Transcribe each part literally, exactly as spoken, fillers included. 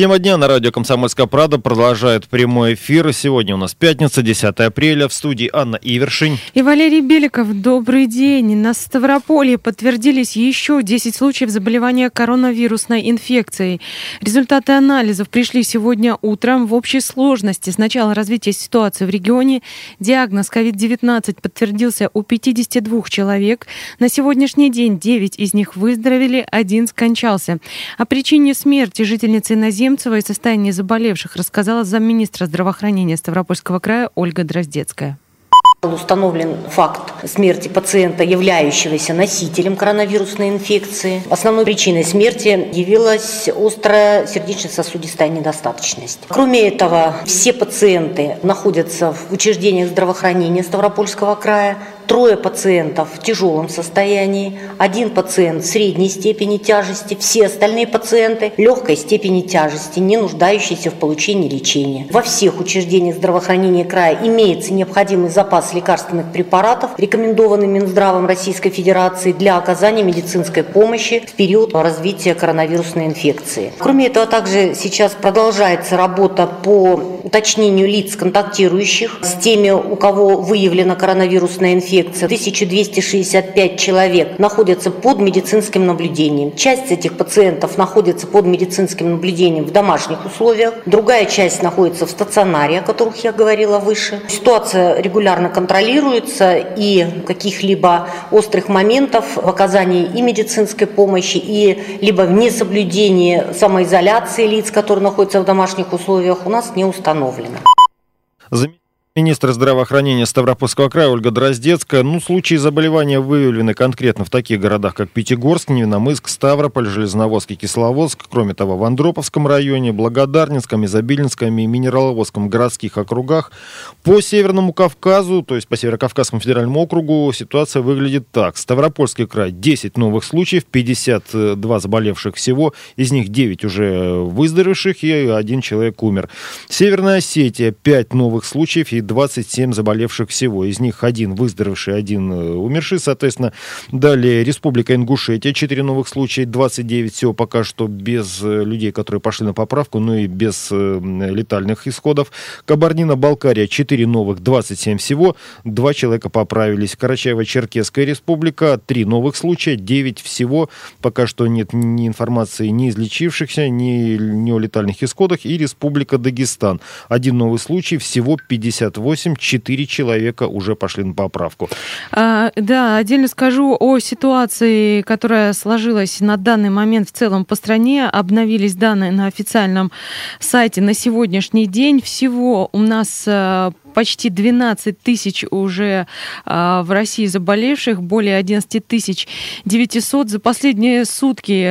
Тема дня на радио «Комсомольская правда» продолжает прямой эфир. Сегодня у нас пятница, десятое апреля. В студии Анна Ивершин. И Валерий Беликов. Добрый день. На Ставрополье подтвердились еще десять случаев заболевания коронавирусной инфекцией. Результаты анализов пришли сегодня утром. В общей сложности с начала развития ситуации в регионе диагноз ковид девятнадцать подтвердился у пятидесяти двух человек. На сегодняшний день девять из них выздоровели, один скончался. О причине смерти жительницы Иноземцева и состоянии заболевших рассказала замминистра здравоохранения Ставропольского края Ольга Дроздецкая. Был установлен факт смерти пациента, являющегося носителем коронавирусной инфекции. Основной причиной смерти явилась острая сердечно-сосудистая недостаточность. Кроме этого, все пациенты находятся в учреждениях здравоохранения Ставропольского края. Трое пациентов в тяжелом состоянии, один пациент средней степени тяжести, все остальные пациенты легкой степени тяжести, не нуждающиеся в получении лечения. Во всех учреждениях здравоохранения края имеется необходимый запас лекарственных препаратов, рекомендованный Минздравом Российской Федерации для оказания медицинской помощи в период развития коронавирусной инфекции. Кроме этого, также сейчас продолжается работа по уточнению лиц, контактирующих с теми, у кого выявлена коронавирусная инфекция. тысяча двести шестьдесят пять человек находятся под медицинским наблюдением. Часть этих пациентов находится под медицинским наблюдением в домашних условиях. Другая часть находится в стационаре, о которых я говорила выше. Ситуация регулярно контролируется, и каких-либо острых моментов в оказании и медицинской помощи, и либо в несоблюдении самоизоляции лиц, которые находятся в домашних условиях, у нас не установлено. Министр здравоохранения Ставропольского края Ольга Дроздецкая. Ну, случаи заболевания выявлены конкретно в таких городах, как Пятигорск, Невиномысск, Ставрополь, Железноводск и Кисловодск. Кроме того, в Андроповском районе, Благодарнинском, Изобильнском и Минераловодском городских округах. По Северному Кавказу, то есть по Северокавказскому федеральному округу, ситуация выглядит так. Ставропольский край — десять новых случаев, пятьдесят два заболевших всего, из них девять уже выздоровевших и один человек умер. Северная Осетия — пять новых случаев и двадцать семь заболевших всего. Из них один выздоровевший, один умерший, соответственно. Далее Республика Ингушетия, четыре новых случая, двадцать девять всего пока что без людей, которые пошли на поправку, но и без летальных исходов. Кабардино-Балкария, четыре новых, двадцать семь всего, два человека поправились. Карачаево-Черкесская республика, три новых случая, девять всего. Пока что нет ни информации ни излечившихся, ни, ни о летальных исходах. И Республика Дагестан, один новый случай, всего пятьдесят восемь, четыре человека уже пошли на поправку. А, да, отдельно скажу о ситуации, которая сложилась на данный момент в целом по стране. Обновились данные на официальном сайте на сегодняшний день. Всего у нас почти двенадцать тысяч уже а, в России заболевших, более одиннадцать тысяч девятьсот. За последние сутки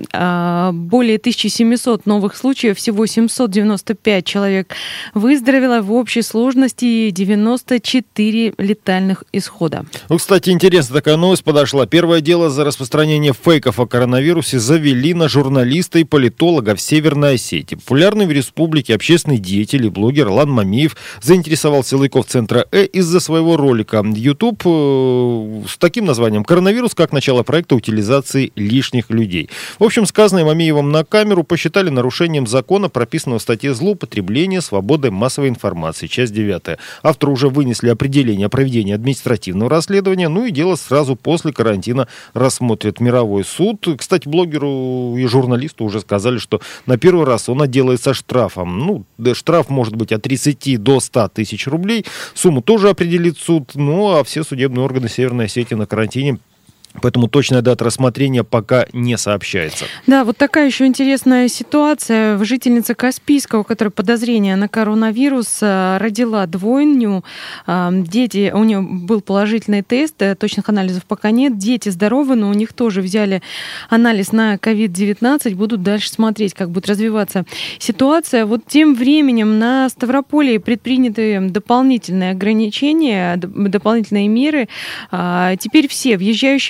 а, более тысяча семьсот новых случаев, всего семьсот девяносто пять человек выздоровело. В общей сложности девяносто четыре летальных исхода. Ну, кстати, интересная такая новость подошла. Первое дело за распространение фейков о коронавирусе завели на журналиста и политолога в Северной Осетии. Популярный в республике общественный деятель и блогер Лан Мамиев заинтересовал силовиков центра Э из-за своего ролика YouTube э, с таким названием «Коронавирус как начало проекта утилизации лишних людей». В общем, сказанное Мамиевым на камеру посчитали нарушением закона, прописанного в статье «Злоупотребление свободой массовой информации», часть девятая. Авторы уже вынесли определение о проведении административного расследования, ну и дело сразу после карантина рассмотрит мировой суд. Кстати, блогеру и журналисту уже сказали, что на первый раз он отделается штрафом. Ну, штраф может быть от тридцати до ста тысяч рублей. Сумму тоже определит суд. Ну, а все судебные органы Северной Осетии на карантине. Поэтому точная дата рассмотрения пока не сообщается. Да, вот такая еще интересная ситуация. Жительница Каспийска, у которой подозрение на коронавирус, родила двойню. Дети, у нее был положительный тест, точных анализов пока нет. Дети здоровы, но у них тоже взяли анализ на ковид девятнадцать. Будут дальше смотреть, как будет развиваться ситуация. Вот тем временем на Ставрополье предприняты дополнительные ограничения, дополнительные меры. Теперь все въезжающие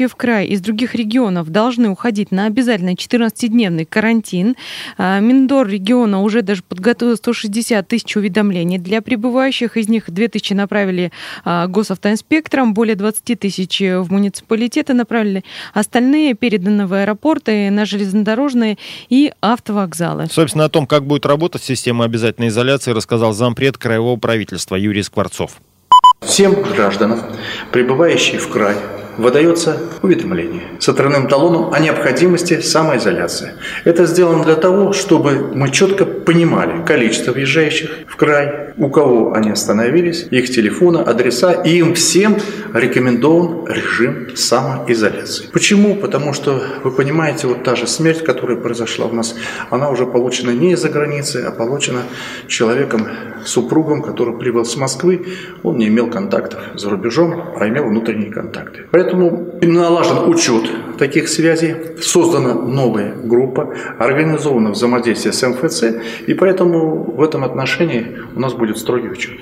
в край из других регионов должны уходить на обязательный четырнадцатидневный карантин. Миндор региона уже даже подготовил сто шестьдесят тысяч уведомлений для прибывающих. Из них две тысячи направили госавтоинспекторам, более двадцать тысяч в муниципалитеты направили. Остальные переданы в аэропорты, на железнодорожные и автовокзалы. Собственно, о том, как будет работать система обязательной изоляции, рассказал зампред краевого правительства Юрий Скворцов. Всем гражданам, прибывающим в край, выдается уведомление с отрывным талоном о необходимости самоизоляции. Это сделано для того, чтобы мы четко понимали количество въезжающих в край, у кого они остановились, их телефоны, адреса, и им всем рекомендован режим самоизоляции. Почему? Потому что, вы понимаете, вот та же смерть, которая произошла у нас, она уже получена не из-за границы, а получена человеком, супругом, который прибыл с Москвы. Он не имел контактов за рубежом, а имел внутренние контакты. Поэтому налажен учет таких связей, создана новая группа, организовано взаимодействие с эм эф цэ, и поэтому в этом отношении у нас будет строгий учет.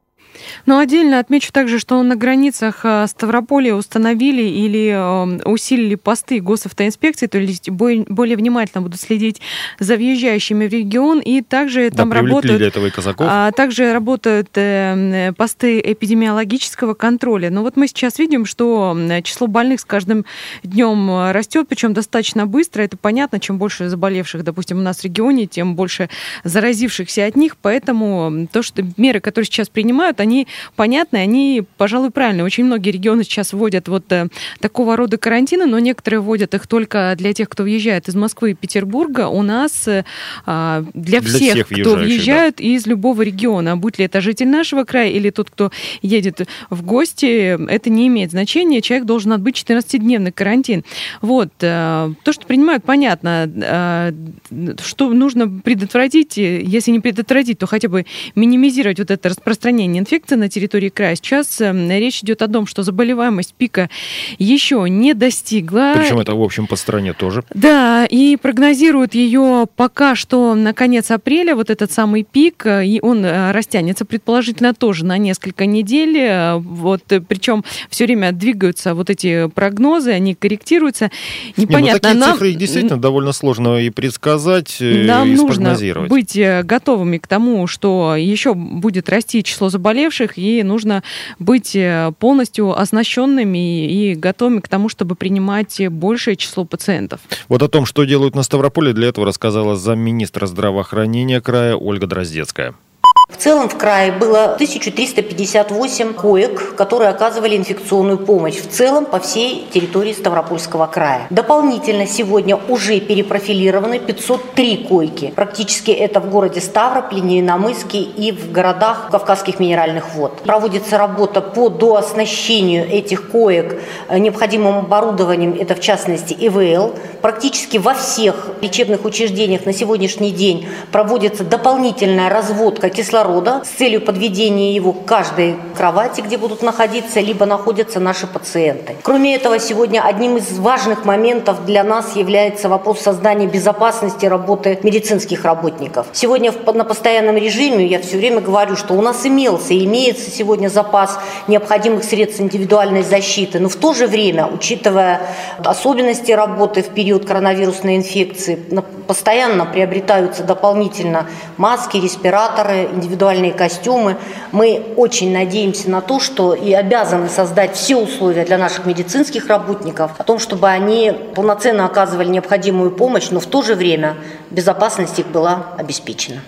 Но отдельно отмечу также, что на границах Ставрополя установили или усилили посты госавтоинспекции, то есть более внимательно будут следить за въезжающими в регион, и также да, там работают, для этого и казаков. А, также работают э, посты эпидемиологического контроля. Но вот мы сейчас видим, что число больных с каждым днем растет, причем достаточно быстро. Это понятно, чем больше заболевших, допустим, у нас в регионе, тем больше заразившихся от них. Поэтому то, что меры, которые сейчас принимают, они понятны, они, пожалуй, правильные. Очень многие регионы сейчас вводят вот э, такого рода карантины, но некоторые вводят их только для тех, кто въезжает из Москвы и Петербурга. У нас э, для, для всех, всех кто въезжает да. из любого региона, будь ли это житель нашего края или тот, кто едет в гости, это не имеет значения. Человек должен отбыть четырнадцатидневный карантин. Вот. Э, то, что принимают, понятно. Э, что нужно предотвратить, если не предотвратить, то хотя бы минимизировать вот это распространение инфекции на территории края. Сейчас э, речь идет о том, что заболеваемость пика еще не достигла. Причем это, в общем, по стране тоже. Да, и прогнозируют ее пока что на конец апреля, вот этот самый пик, и он растянется предположительно тоже на несколько недель. Вот, причем все время двигаются вот эти прогнозы, они корректируются. Непонятно. Не, ну, такие нам... цифры действительно довольно сложно и предсказать, нам и нужно спрогнозировать. Быть готовыми к тому, что еще будет расти число заболевших, и нужно быть полностью оснащенными и готовыми к тому, чтобы принимать большее число пациентов. Вот о том, что делают на Ставрополе, для этого рассказала замминистра здравоохранения края Ольга Дроздецкая. В целом в крае было тысяча триста пятьдесят восемь коек, которые оказывали инфекционную помощь в целом по всей территории Ставропольского края. Дополнительно сегодня уже перепрофилированы пятьсот три койки. Практически это в городе Ставрополе, Невинномысске и в городах Кавказских минеральных вод. Проводится работа по дооснащению этих коек необходимым оборудованием, это в частности и вэ эл. Практически во всех лечебных учреждениях на сегодняшний день проводится дополнительная разводка кислорода с целью подведения его к каждой кровати, где будут находиться, либо находятся наши пациенты. Кроме этого, сегодня одним из важных моментов для нас является вопрос создания безопасности работы медицинских работников. Сегодня на постоянном режиме, я все время говорю, что у нас имелся и имеется сегодня запас необходимых средств индивидуальной защиты, но в то же время, учитывая особенности работы в период коронавирусной инфекции, постоянно приобретаются дополнительно маски, респираторы, индивидуальные костюмы. Мы очень надеемся на то, что и обязаны создать все условия для наших медицинских работников, о том, чтобы они полноценно оказывали необходимую помощь, но в то же время безопасность их была обеспечена.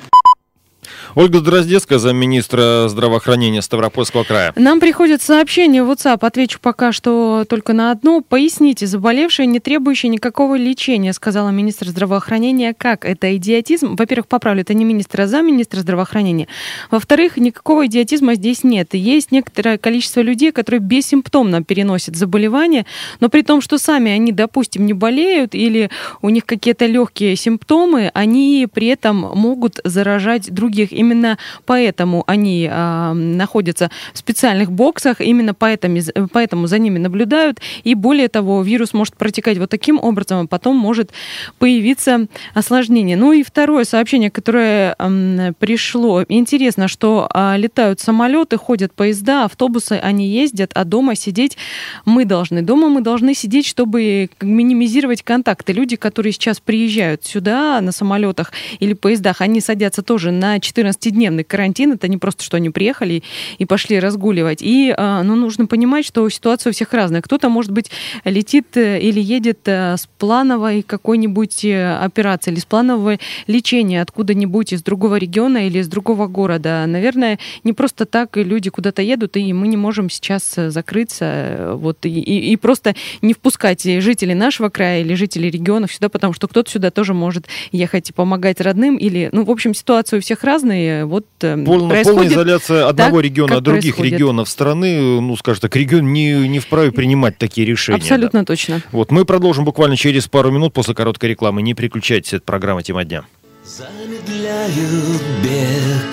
Ольга Дроздецкая, замминистра здравоохранения Ставропольского края. Нам приходит сообщение в WhatsApp, отвечу пока что только на одно. Поясните, заболевшие, не требующие никакого лечения, сказала министр здравоохранения. Как? Это идиотизм? Во-первых, поправлю, это не министр, а замминистра здравоохранения. Во-вторых, никакого идиотизма здесь нет. Есть некоторое количество людей, которые бессимптомно переносят заболевания, но при том, что сами они, допустим, не болеют или у них какие-то легкие симптомы, они при этом могут заражать других. Именно поэтому они а, находятся в специальных боксах, именно поэтому, поэтому за ними наблюдают. И более того, вирус может протекать вот таким образом, а потом может появиться осложнение. Ну и второе сообщение, которое а, пришло. Интересно, что а, летают самолеты, ходят поезда, автобусы, они ездят, а дома сидеть мы должны. Дома мы должны сидеть, чтобы минимизировать контакты. Люди, которые сейчас приезжают сюда на самолетах или поездах, они садятся тоже на четырнадцатидневный карантин. Это не просто, что они приехали и пошли разгуливать. И ну, нужно понимать, что ситуация у всех разная. Кто-то, может быть, летит или едет с плановой какой-нибудь операции или с планового лечения откуда-нибудь из другого региона или из другого города. Наверное, не просто так люди куда-то едут, и мы не можем сейчас закрыться вот, и, и, и просто не впускать жителей нашего края или жителей регионов сюда, потому что кто-то сюда тоже может ехать и помогать родным. Или, ну, в общем, ситуации у всех разные. Вот Полно, полная изоляция одного так, региона от других происходит. Регионов страны, ну, скажем так, регион не, не вправе принимать такие решения. Абсолютно да. точно. Вот, мы продолжим буквально через пару минут после короткой рекламы. Не переключайтесь, это программа «Тема дня». Замедляют бег,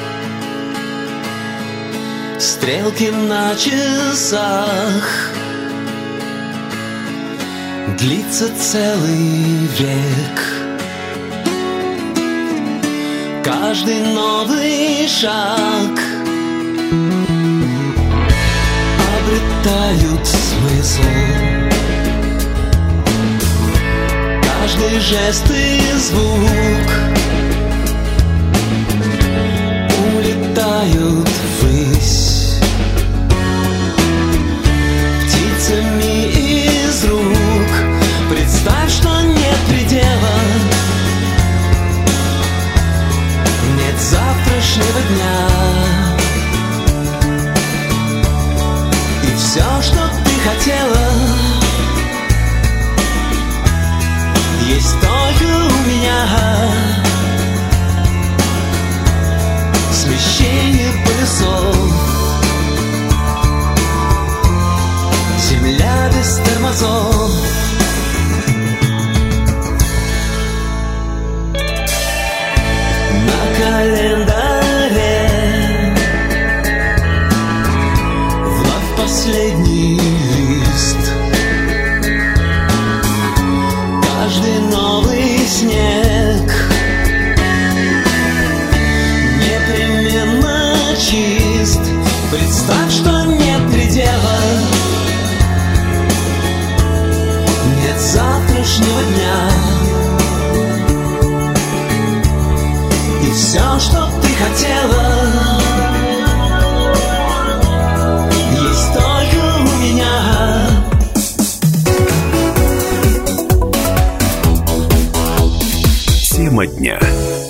стрелки на часах, длится целый век. Каждый новый шаг обретают смысл. Каждый жест и звук улетают ввысь птицами из рук. Представь, что нет предела, нет завтрашнего дня, и все, что ты хотела, есть только у меня. Смещение полюсов, земля без тормозов. На календаре вновь последний лист. Каждый новый снег непременно чист. Представь, что нет предела, нет завтрашнего дня, и все, что ты хотела, есть только у меня. Тема дня.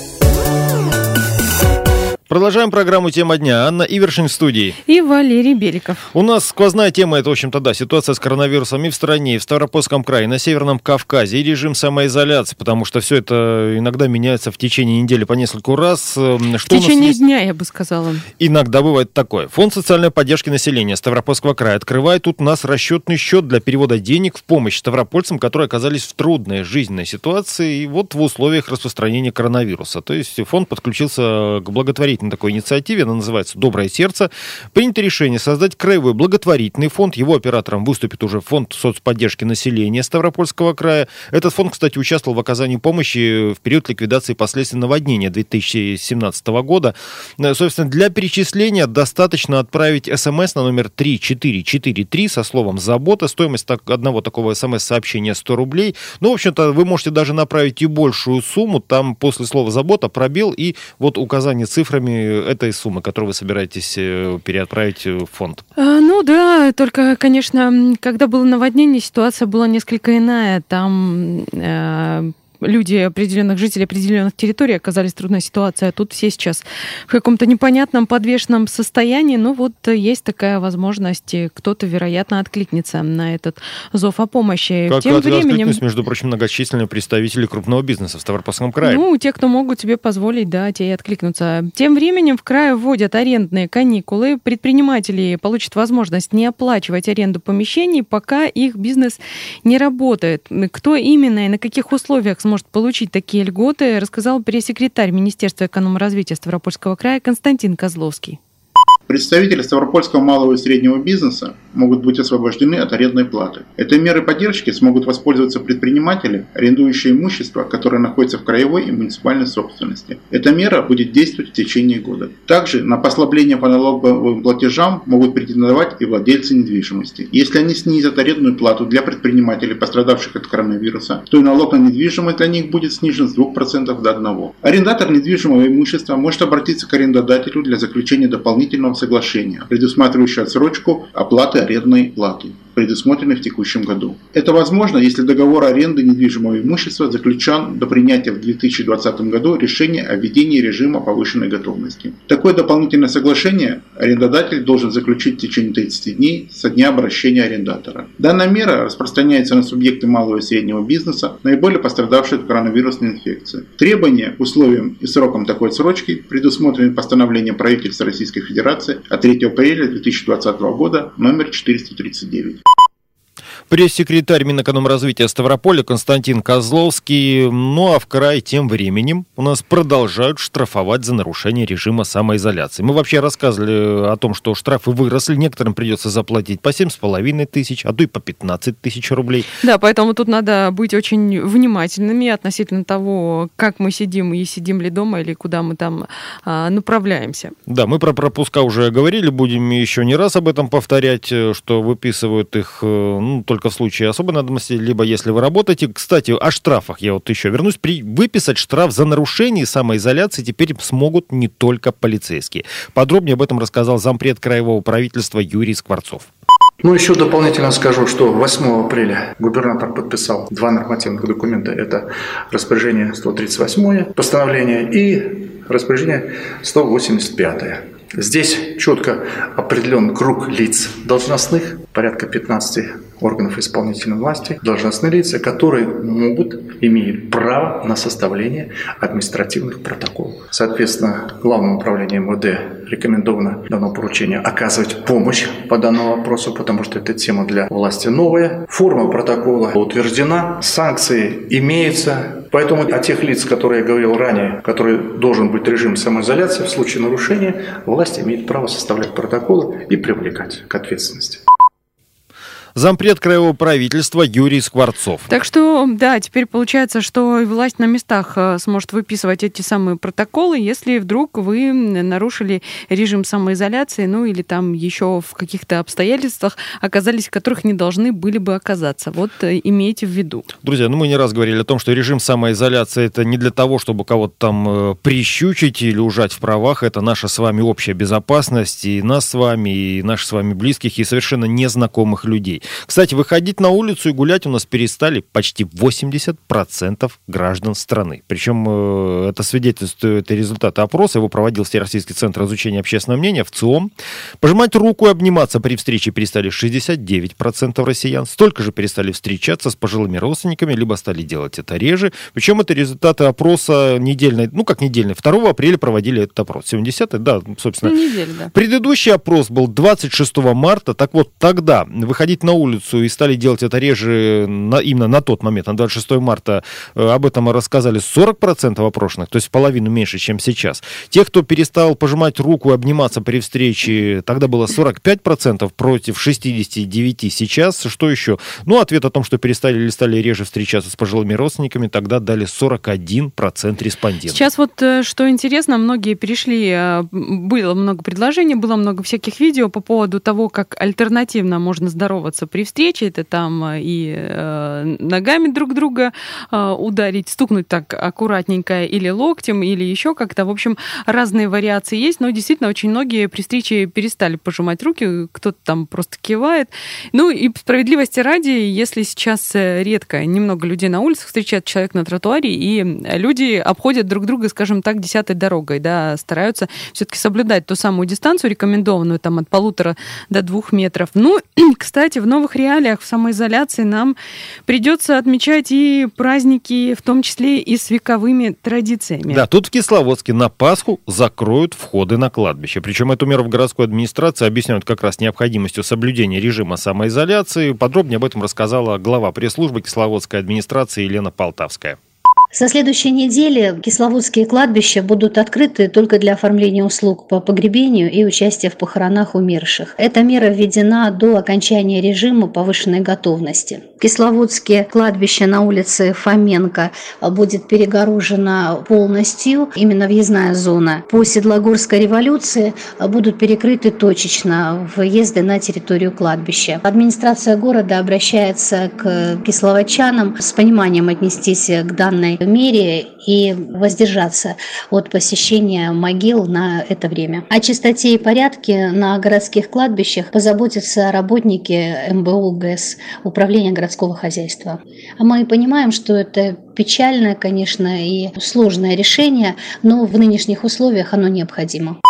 Продолжаем программу «Тема дня». Анна Ивершин в студии. И Валерий Беликов. У нас сквозная тема, это, в общем-то, да, ситуация с коронавирусом и в стране, и в Ставропольском крае, и на Северном Кавказе, и режим самоизоляции, потому что все это иногда меняется в течение недели по нескольку раз. Что в течение дня, я бы сказала. Иногда бывает такое. Фонд социальной поддержки населения Ставропольского края открывает тут у нас расчетный счет для перевода денег в помощь ставропольцам, которые оказались в трудной жизненной ситуации, и вот в условиях распространения коронавируса. То есть фонд подключился к благотворительности на такой инициативе, она называется «Доброе сердце». Принято решение создать краевой благотворительный фонд. Его оператором выступит уже фонд соцподдержки населения Ставропольского края. Этот фонд, кстати, участвовал в оказании помощи в период ликвидации последствий наводнения две тысячи семнадцатого года. Собственно, для перечисления достаточно отправить смс на номер три четыре четыре три со словом «Забота». Стоимость одного такого смс-сообщения сто рублей. Ну, в общем-то, вы можете даже направить и большую сумму. Там после слова «Забота» пробел и вот указание цифрами этой суммы, которую вы собираетесь переотправить в фонд. А, ну да, только, конечно, когда было наводнение, ситуация была несколько иная. Там э, люди определенных жителей определенных территорий оказались в трудной ситуации, а тут все сейчас в каком-то непонятном подвешенном состоянии. Но вот есть такая возможность, кто-то, вероятно, откликнется на этот зов о помощи. Как Тем временем, между прочим, многочисленные представители крупного бизнеса в Ставропольском крае. Ну, те, кто могут себе позволить, да, те и откликнутся. Тем временем в крае вводят арендные каникулы. Предприниматели получат возможность не оплачивать аренду помещений, пока их бизнес не работает. Кто именно и на каких условиях сможет сможет получить такие льготы, рассказал пресс-секретарь Министерства экономразвития Ставропольского края Константин Козловский. Представители Ставропольского малого и среднего бизнеса могут быть освобождены от арендной платы. Этой мерой поддержки смогут воспользоваться предприниматели, арендующие имущество, которое находится в краевой и муниципальной собственности. Эта мера будет действовать в течение года. Также на послабление по налоговым платежам могут претендовать и владельцы недвижимости. Если они снизят арендную плату для предпринимателей, пострадавших от коронавируса, то и налог на недвижимость для них будет снижен с двух процентов до одного процента. Арендатор недвижимого имущества может обратиться к арендодателю для заключения дополнительного соглашения, предусматривающее отсрочку оплаты арендной платы, предусмотренной в текущем году. Это возможно, если договор аренды недвижимого имущества заключен до принятия в две тысячи двадцатом году решения о введении режима повышенной готовности. Такое дополнительное соглашение арендодатель должен заключить в течение тридцати дней со дня обращения арендатора. Данная мера распространяется на субъекты малого и среднего бизнеса, наиболее пострадавшие от коронавирусной инфекции. Требования, условиям и срокам такой отсрочки предусмотрены постановлением правительства Российской Федерации от третьего апреля две тысячи двадцатого года номер четыреста тридцать девять. Пресс-секретарь Минэкономразвития Ставрополя Константин Козловский. Ну а в крае тем временем у нас продолжают штрафовать за нарушение режима самоизоляции. Мы вообще рассказывали о том, что штрафы выросли. Некоторым придется заплатить по семь с половиной тысяч, а то и по пятнадцать тысяч рублей. Да, поэтому тут надо быть очень внимательными относительно того, как мы сидим и сидим ли дома или куда мы там а, направляемся. Да, мы про пропуска уже говорили, будем еще не раз об этом повторять, что выписывают их ну, только в случае особой надобности, либо если вы работаете. Кстати, о штрафах я вот еще вернусь. При... Выписать штраф за нарушение самоизоляции теперь смогут не только полицейские. Подробнее об этом рассказал зампред краевого правительства Юрий Скворцов. Ну, еще дополнительно скажу, что восьмого апреля губернатор подписал два нормативных документа. Это распоряжение сто тридцать восьмое постановление и распоряжение сто восемьдесят пятое. Здесь четко определен круг лиц должностных, порядка пятнадцати органов исполнительной власти, должностные лица, которые могут, имеют право на составление административных протоколов. Соответственно, Главному управлению эм вэ дэ рекомендовано дано поручение оказывать помощь по данному вопросу, потому что эта тема для власти новая. Форма протокола утверждена, санкции имеются. Поэтому о тех лиц, которые я говорил ранее, которые должен быть режим самоизоляции, в случае нарушения власть имеет право составлять протоколы и привлекать к ответственности. Зампред краевого правительства Юрий Скворцов. Так что, да, теперь получается, что власть на местах сможет выписывать эти самые протоколы, если вдруг вы нарушили режим самоизоляции, ну или там еще в каких-то обстоятельствах оказались, в которых не должны были бы оказаться. Вот имейте в виду. Друзья, ну мы не раз говорили о том, что режим самоизоляции это не для того, чтобы кого-то там э, прищучить или ужать в правах. Это наша с вами общая безопасность, и нас с вами, и наших с вами близких, и совершенно незнакомых людей. Кстати, выходить на улицу и гулять у нас перестали почти восемьдесят процентов граждан страны. Причем э, это свидетельствует результаты опроса. Его проводил Всероссийский центр изучения общественного мнения в ЦИОМ. Пожимать руку и обниматься при встрече перестали шестьдесят девять процентов россиян. Столько же перестали встречаться с пожилыми родственниками, либо стали делать это реже. Причем это результаты опроса недельной, ну как недельной, второго апреля проводили этот опрос. семидесятый, да, собственно. Неделя, да. Предыдущий опрос был двадцать шестого марта. Так вот, тогда выходить на улицу и стали делать это реже на, именно на тот момент, на двадцать шестого марта, э, об этом рассказали сорок процентов опрошенных, то есть в половину меньше, чем сейчас. Те, кто перестал пожимать руку и обниматься при встрече, тогда было сорок пять процентов против шестьдесят девять процентов сейчас. Что еще? Ну, ответ о том, что перестали или стали реже встречаться с пожилыми родственниками, тогда дали сорок один процент респондентов. Сейчас вот, что интересно, многие перешли, было много предложений, было много всяких видео по поводу того, как альтернативно можно здороваться при встрече. Это там и э, ногами друг друга э, ударить, стукнуть так аккуратненько или локтем, или еще как-то. В общем, разные вариации есть, но действительно очень многие при встрече перестали пожимать руки, кто-то там просто кивает. Ну и справедливости ради, если сейчас редко немного людей на улицах встречает человек на тротуаре, и люди обходят друг друга, скажем так, десятой дорогой, да, стараются все-таки соблюдать ту самую дистанцию, рекомендованную там от полутора до двух метров. Ну, кстати, в новых реалиях, в самоизоляции нам придется отмечать и праздники, в том числе и с вековыми традициями. Да, тут в Кисловодске на Пасху закроют входы на кладбище. Причем эту меру в городской администрации объясняют как раз необходимостью соблюдения режима самоизоляции. Подробнее об этом рассказала глава пресс-службы Кисловодской администрации Елена Полтавская. Со следующей недели кисловодские кладбища будут открыты только для оформления услуг по погребению и участия в похоронах умерших. Эта мера введена до окончания режима повышенной готовности. Кисловодские кладбища на улице Фоменко будет перегорожено полностью, именно въездная зона. По Седлогорской революции будут перекрыты точечно въезды на территорию кладбища. Администрация города обращается к кисловодчанам с пониманием отнестись к данной мере и воздержаться от посещения могил на это время. О чистоте и порядке на городских кладбищах позаботятся работники эм бэ о ГЭС, Управления городского хозяйства. А мы понимаем, что это печальное, конечно, и сложное решение, но в нынешних условиях оно необходимо.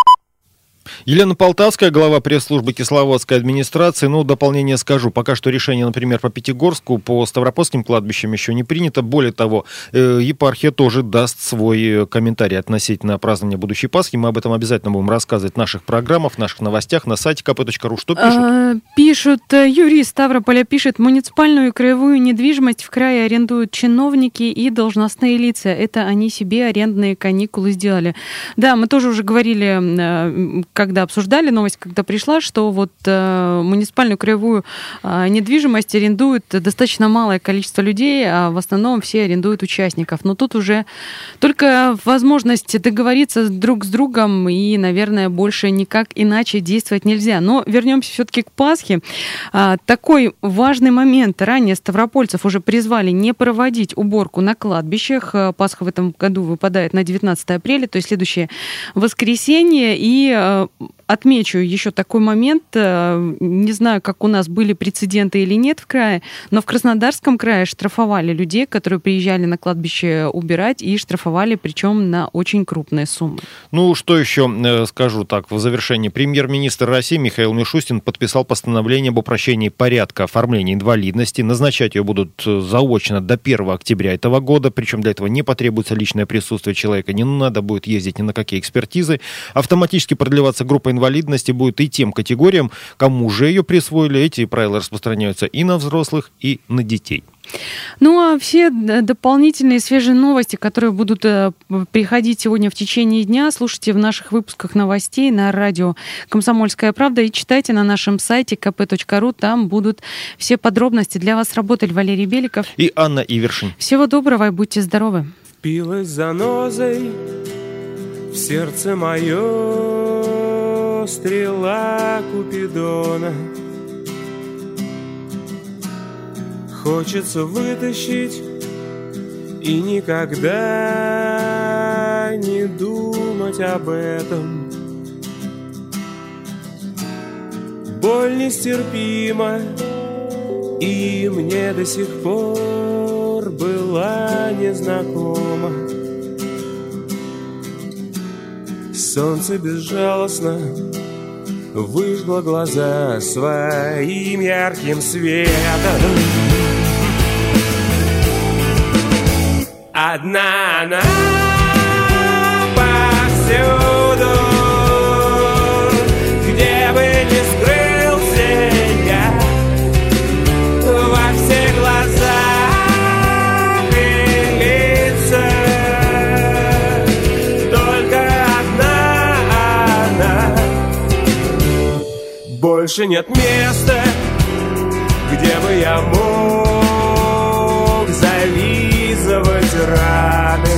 Елена Полтавская, глава пресс-службы Кисловодской администрации. Ну, дополнение скажу. Пока что решение, например, по Пятигорску, по Ставропольским кладбищам еще не принято. Более того, епархия тоже даст свой комментарий относительно празднования будущей Пасхи. Мы об этом обязательно будем рассказывать в наших программах, в наших новостях на сайте ка пэ точка ру. Что пишут? А, пишут, Юрий Ставрополя пишет, муниципальную и краевую недвижимость в крае арендуют чиновники и должностные лица. Это они себе арендные каникулы сделали. Да, мы тоже уже говорили, когда обсуждали новость, когда пришла, что вот э, муниципальную краевую э, недвижимость арендует достаточно малое количество людей, а в основном все арендуют участников. Но тут уже только возможность договориться друг с другом и, наверное, больше никак иначе действовать нельзя. Но вернемся все-таки к Пасхе. А, такой важный момент. Ранее ставропольцев уже призвали не проводить уборку на кладбищах. Пасха в этом году выпадает на девятнадцатое апреля, то есть следующее воскресенье. И отмечу еще такой момент. Не знаю, как у нас были прецеденты или нет в крае, но в Краснодарском крае штрафовали людей, которые приезжали на кладбище убирать, и штрафовали, причем на очень крупные суммы. Ну, что еще скажу так, в завершении. Премьер-министр России Михаил Мишустин подписал постановление об упрощении порядка оформления инвалидности. Назначать ее будут заочно до первого октября этого года, причем для этого не потребуется личное присутствие человека, не надо будет ездить ни на какие экспертизы. Автоматически продлеваться группа инвалидности будет и тем категориям, кому уже ее присвоили. Эти правила распространяются и на взрослых, и на детей. Ну, а все дополнительные свежие новости, которые будут приходить сегодня в течение дня, слушайте в наших выпусках новостей на радио «Комсомольская правда» и читайте на нашем сайте ка пэ точка ру. Там будут все подробности. Для вас работали Валерий Беликов и Анна Ивершин. Всего доброго и будьте здоровы. Впилась занозой в сердце мое стрела Купидона. Хочется вытащить и никогда не думать об этом. Боль нестерпима и мне до сих пор была незнакома. Солнце безжалостно выжгло глаза своим ярким светом. Одна она повсюду, где бы ни скрылся я, во все глаза и лица. Только одна она. Больше нет места, где бы я мог зализывать раны.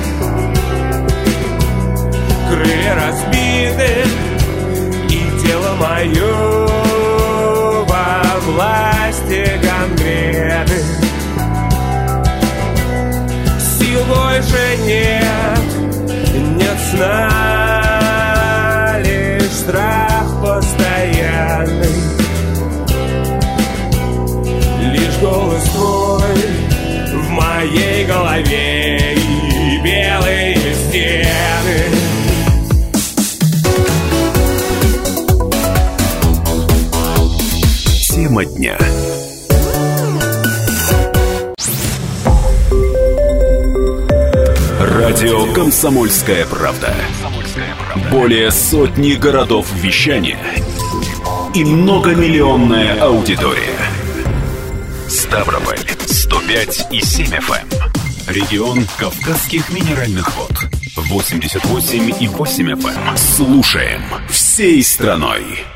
Крылья разбиты, и тело мое во власти гангрены. Сил больше нет, нет сна, лишь страх постоянный. Лишь голос твой в моей голове и белые стены. Тема дня. Радио «Комсомольская правда». Более сотни городов вещания и многомиллионная аудитория. Ставрополь сто пять и семь эф эм, Регион Кавказских минеральных вод. восемьдесят восемь и восемь эф эм. Слушаем всей страной.